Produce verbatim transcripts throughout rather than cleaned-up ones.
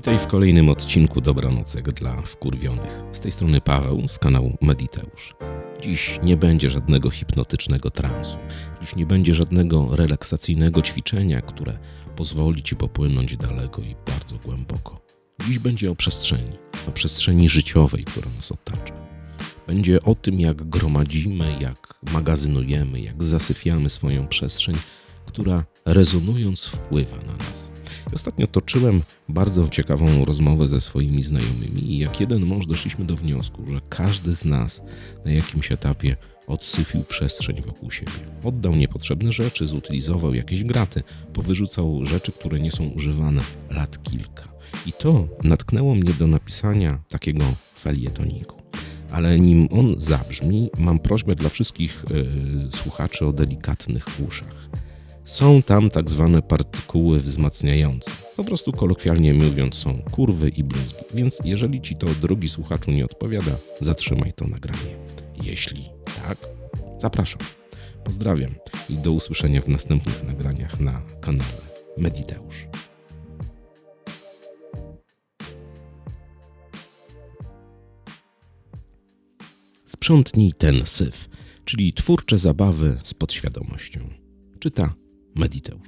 Witaj w kolejnym odcinku Dobranocek dla wkurwionych. Z tej strony Paweł z kanału Mediteusz. Dziś nie będzie żadnego hipnotycznego transu. Dziś nie będzie żadnego relaksacyjnego ćwiczenia, które pozwoli Ci popłynąć daleko i bardzo głęboko. Dziś będzie o przestrzeni, o przestrzeni życiowej, która nas otacza. Będzie o tym, jak gromadzimy, jak magazynujemy, jak zasyfiamy swoją przestrzeń, która rezonując wpływa na nas. Ostatnio toczyłem bardzo ciekawą rozmowę ze swoimi znajomymi i jak jeden mąż doszliśmy do wniosku, że każdy z nas na jakimś etapie odsyfił przestrzeń wokół siebie. Oddał niepotrzebne rzeczy, zutylizował jakieś graty, powyrzucał rzeczy, które nie są używane lat kilka. I to natknęło mnie do napisania takiego felietoniku. Ale nim on zabrzmi, mam prośbę dla wszystkich yy, słuchaczy o delikatnych uszach. Są tam tak zwane partykuły wzmacniające. Po prostu kolokwialnie mówiąc są kurwy i bluzgi. Więc jeżeli Ci to, drogi słuchaczu, nie odpowiada, zatrzymaj to nagranie. Jeśli tak, zapraszam. Pozdrawiam i do usłyszenia w następnych nagraniach na kanale Mediteusz. Sprzątnij ten syf, czyli twórcze zabawy z podświadomością. Czyta Mediteusz.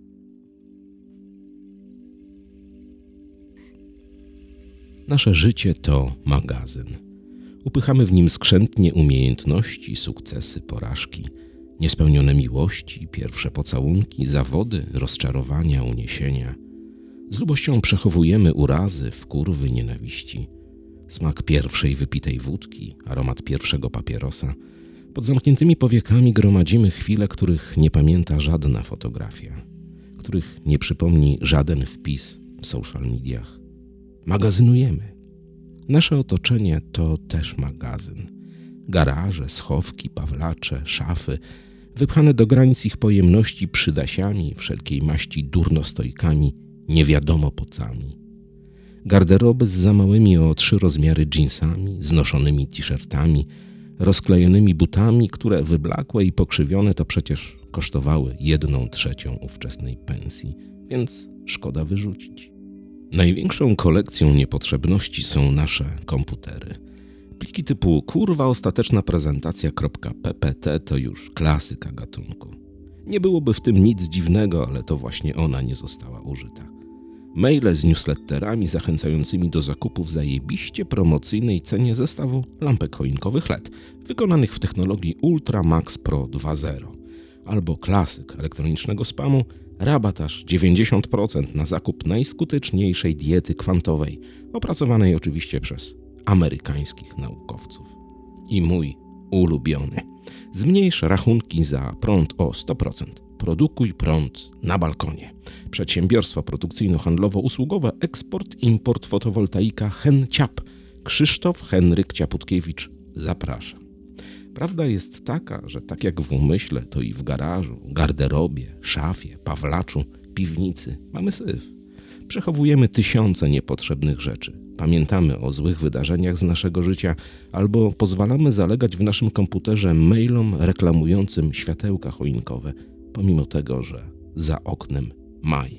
Nasze życie to magazyn. Upychamy w nim skrzętnie umiejętności, sukcesy, porażki, niespełnione miłości, pierwsze pocałunki, zawody, rozczarowania, uniesienia. Z lubością przechowujemy urazy, wkurwy, nienawiści. Smak pierwszej wypitej wódki, aromat pierwszego papierosa. Pod zamkniętymi powiekami gromadzimy chwile, których nie pamięta żadna fotografia, których nie przypomni żaden wpis w social mediach. Magazynujemy. Nasze otoczenie to też magazyn. Garaże, schowki, pawlacze, szafy, wypchane do granic ich pojemności przydasiami, wszelkiej maści durnostojkami, nie wiadomo pocami. Garderoby z za małymi o trzy rozmiary dżinsami, znoszonymi t-shirtami, rozklejonymi butami, które wyblakłe i pokrzywione to przecież kosztowały jedną trzecią ówczesnej pensji, więc szkoda wyrzucić. Największą kolekcją niepotrzebności są nasze komputery. Pliki typu kurwa ostateczna prezentacja.ppt to już klasyka gatunku. Nie byłoby w tym nic dziwnego, ale to właśnie ona nie została użyta. Maile z newsletterami zachęcającymi do zakupu w zajebiście promocyjnej cenie zestawu lampek choinkowych L E D wykonanych w technologii Ultra Max Pro dwa zero. Albo klasyk elektronicznego spamu, rabat aż dziewięćdziesiąt procent na zakup najskuteczniejszej diety kwantowej, opracowanej oczywiście przez amerykańskich naukowców. I mój ulubiony. Zmniejsz rachunki za prąd o sto procent. Produkuj prąd na balkonie. Przedsiębiorstwo produkcyjno-handlowo-usługowe Eksport, Import, Fotowoltaika Hen-Ciap. Krzysztof Henryk Ciaputkiewicz zaprasza. Prawda jest taka, że tak jak w umyśle, to i w garażu, garderobie, szafie, pawlaczu, piwnicy mamy syf. Przechowujemy tysiące niepotrzebnych rzeczy. Pamiętamy o złych wydarzeniach z naszego życia albo pozwalamy zalegać w naszym komputerze mailom reklamującym światełka choinkowe, pomimo tego, że za oknem maj.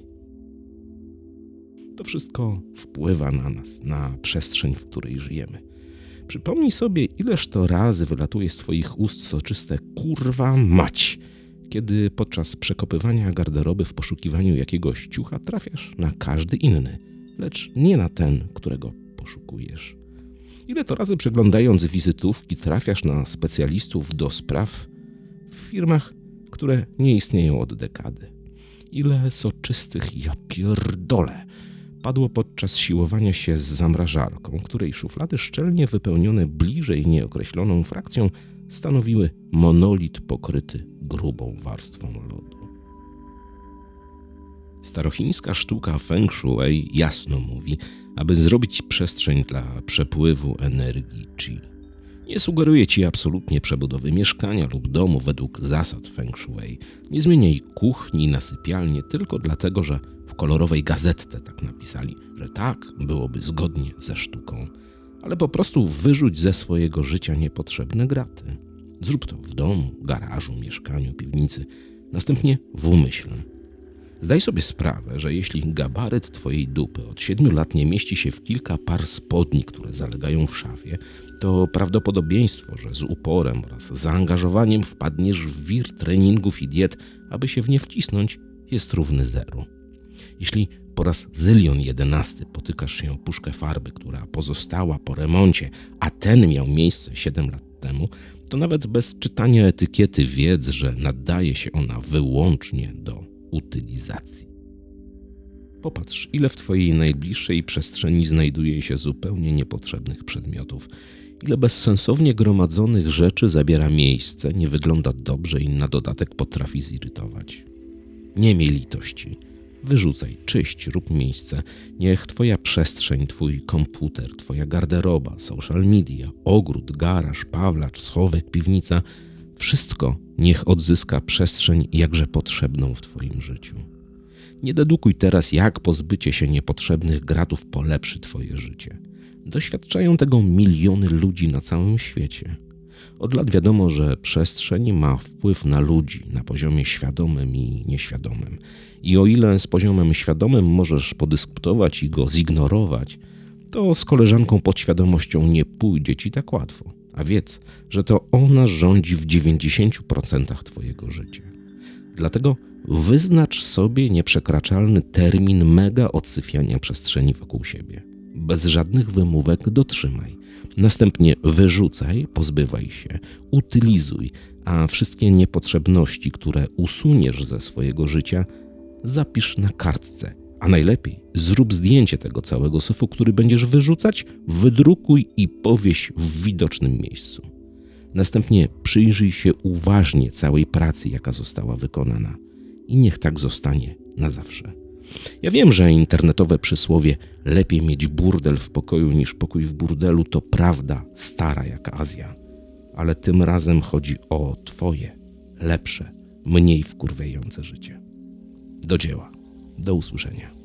To wszystko wpływa na nas, na przestrzeń, w której żyjemy. Przypomnij sobie, ileż to razy wylatuje z Twoich ust soczyste kurwa mać, kiedy podczas przekopywania garderoby w poszukiwaniu jakiegoś ciucha trafiasz na każdy inny, lecz nie na ten, którego poszukujesz. Ile to razy przeglądając wizytówki trafiasz na specjalistów do spraw w firmach, które nie istnieją od dekady. Ile soczystych ja pierdolę padło podczas siłowania się z zamrażarką, której szuflady szczelnie wypełnione bliżej nieokreśloną frakcją stanowiły monolit pokryty grubą warstwą lodu. Starochińska sztuka Feng Shui jasno mówi, aby zrobić przestrzeń dla przepływu energii Qi. Nie sugeruję Ci absolutnie przebudowy mieszkania lub domu według zasad Feng Shui. Nie zmieniaj kuchni na sypialnię tylko dlatego, że w kolorowej gazetce tak napisali, że tak byłoby zgodnie ze sztuką. Ale po prostu wyrzuć ze swojego życia niepotrzebne graty. Zrób to w domu, garażu, mieszkaniu, piwnicy, następnie w umyśle. Zdaj sobie sprawę, że jeśli gabaryt twojej dupy od siedmiu lat nie mieści się w kilka par spodni, które zalegają w szafie, to prawdopodobieństwo, że z uporem oraz zaangażowaniem wpadniesz w wir treningów i diet, aby się w nie wcisnąć, jest równy zeru. Jeśli po raz zylion jedenasty potykasz się o puszkę farby, która pozostała po remoncie, a ten miał miejsce siedem lat temu, to nawet bez czytania etykiety wiedz, że nadaje się ona wyłącznie do utylizacji. Popatrz, ile w twojej najbliższej przestrzeni znajduje się zupełnie niepotrzebnych przedmiotów, ile bezsensownie gromadzonych rzeczy zabiera miejsce, nie wygląda dobrze i na dodatek potrafi zirytować. Nie miej litości. Wyrzucaj, czyść, rób miejsce. Niech twoja przestrzeń, twój komputer, twoja garderoba, social media, ogród, garaż, pawlacz, schowek, piwnica, wszystko niech odzyska przestrzeń jakże potrzebną w twoim życiu. Nie dedukuj teraz, jak pozbycie się niepotrzebnych gratów polepszy twoje życie. Doświadczają tego miliony ludzi na całym świecie. Od lat wiadomo, że przestrzeń ma wpływ na ludzi na poziomie świadomym i nieświadomym. I o ile z poziomem świadomym możesz podyskutować i go zignorować, to z koleżanką podświadomością nie pójdzie ci tak łatwo. A wiedz, że to ona rządzi w dziewięćdziesięciu procentach twojego życia. Dlatego wyznacz sobie nieprzekraczalny termin mega odsyfiania przestrzeni wokół siebie. Bez żadnych wymówek dotrzymaj. Następnie wyrzucaj, pozbywaj się, utylizuj, a wszystkie niepotrzebności, które usuniesz ze swojego życia, zapisz na kartce. A najlepiej zrób zdjęcie tego całego syfu, który będziesz wyrzucać, wydrukuj i powieś w widocznym miejscu. Następnie przyjrzyj się uważnie całej pracy, jaka została wykonana. I niech tak zostanie na zawsze. Ja wiem, że internetowe przysłowie lepiej mieć burdel w pokoju niż pokój w burdelu to prawda stara jak Azja. Ale tym razem chodzi o twoje, lepsze, mniej wkurwiające życie. Do dzieła. Do usłyszenia.